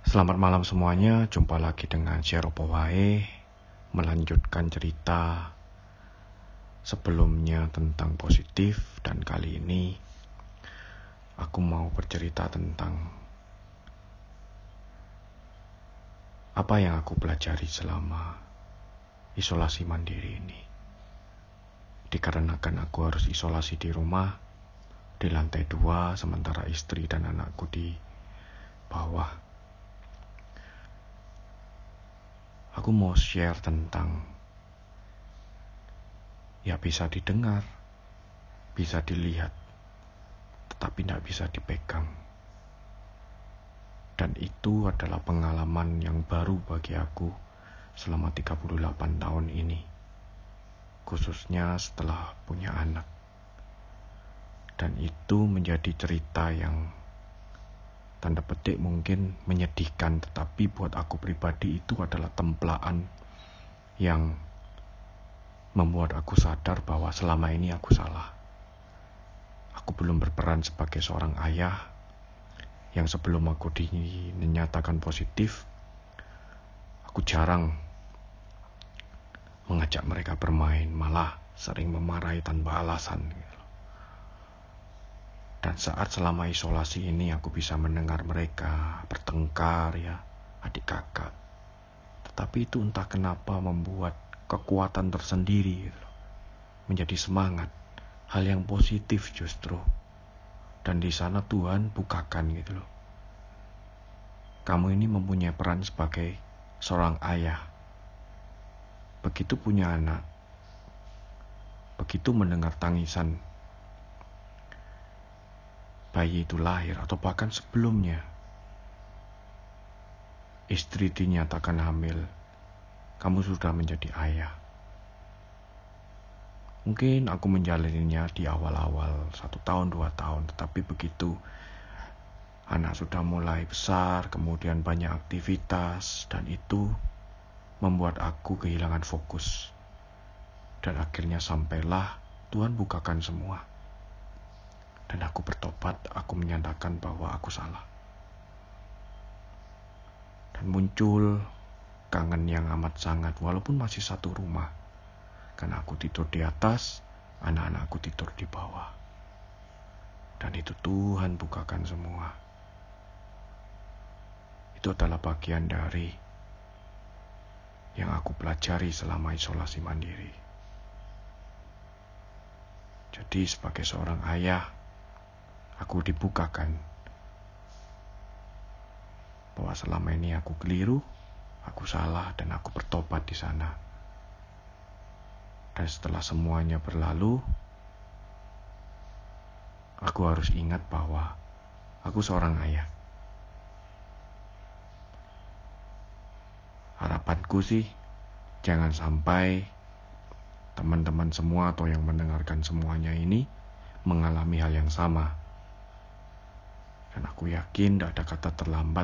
Selamat malam semuanya, jumpa lagi dengan Sieropo Wae, melanjutkan cerita sebelumnya tentang positif, dan kali ini aku mau bercerita tentang apa yang aku pelajari selama isolasi mandiri ini. Dikarenakan aku harus isolasi di rumah, di lantai 2, sementara istri dan anakku di bawah. Aku mau share tentang ya bisa didengar, bisa dilihat, tetapi tidak bisa dipegang. Dan itu adalah pengalaman yang baru bagi aku selama 38 tahun ini, khususnya setelah punya anak. Dan itu menjadi cerita yang tanda petik mungkin menyedihkan, tetapi buat aku pribadi itu adalah templaan yang membuat aku sadar bahwa selama ini aku salah. Aku belum berperan sebagai seorang ayah yang sebelum aku dinyatakan positif, aku jarang mengajak mereka bermain, malah sering memarahi tanpa alasan. Dan saat selama isolasi ini aku bisa mendengar mereka bertengkar ya, adik kakak. Tetapi itu entah kenapa membuat kekuatan tersendiri menjadi semangat, hal yang positif justru. Dan di sana Tuhan bukakan gitu loh. Kamu ini mempunyai peran sebagai seorang ayah. Begitu punya anak, begitu mendengar tangisan bayi itu lahir, atau bahkan sebelumnya istri dinyatakan hamil, kamu sudah menjadi ayah. Mungkin aku menjalaninya di awal-awal 1 tahun 2 tahun, tetapi begitu anak sudah mulai besar, kemudian banyak aktivitas, dan itu membuat aku kehilangan fokus. Dan akhirnya sampailah Tuhan bukakan semua. Dan aku bertobat, aku menyatakan bahwa aku salah. Dan muncul kangen yang amat sangat, walaupun masih satu rumah. Karena aku tidur di atas, anak-anakku tidur di bawah. Dan itu Tuhan bukakan semua. Itu adalah bagian dari yang aku pelajari selama isolasi mandiri. Jadi sebagai seorang ayah, aku dibukakan bahwa selama ini aku keliru, aku salah, dan aku bertobat di sana. Dan setelah semuanya berlalu, aku harus ingat bahwa aku seorang ayah. Harapanku sih, jangan sampai teman-teman semua atau yang mendengarkan semuanya ini mengalami hal yang sama. Dan aku yakin tidak ada kata terlambat.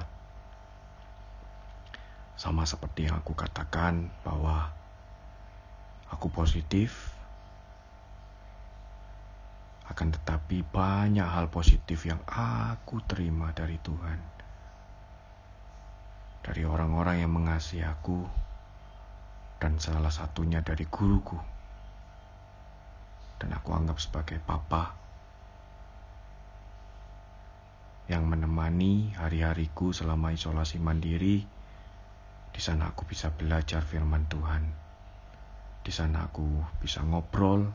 Sama seperti yang aku katakan bahwa aku positif, akan tetapi banyak hal positif yang aku terima dari Tuhan. Dari orang-orang yang mengasihi aku, dan salah satunya dari guruku. Dan aku anggap sebagai papa yang menemani hari-hariku selama isolasi mandiri. Di sana aku bisa belajar firman Tuhan. Di sana aku bisa ngobrol.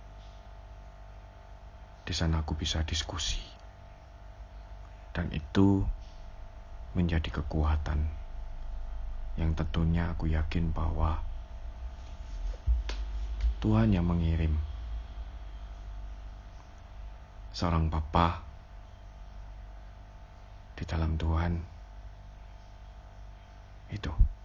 Di sana aku bisa diskusi. Dan itu menjadi kekuatan yang tentunya aku yakin bahwa Tuhan yang mengirim seorang papa di dalam Tuhan itu.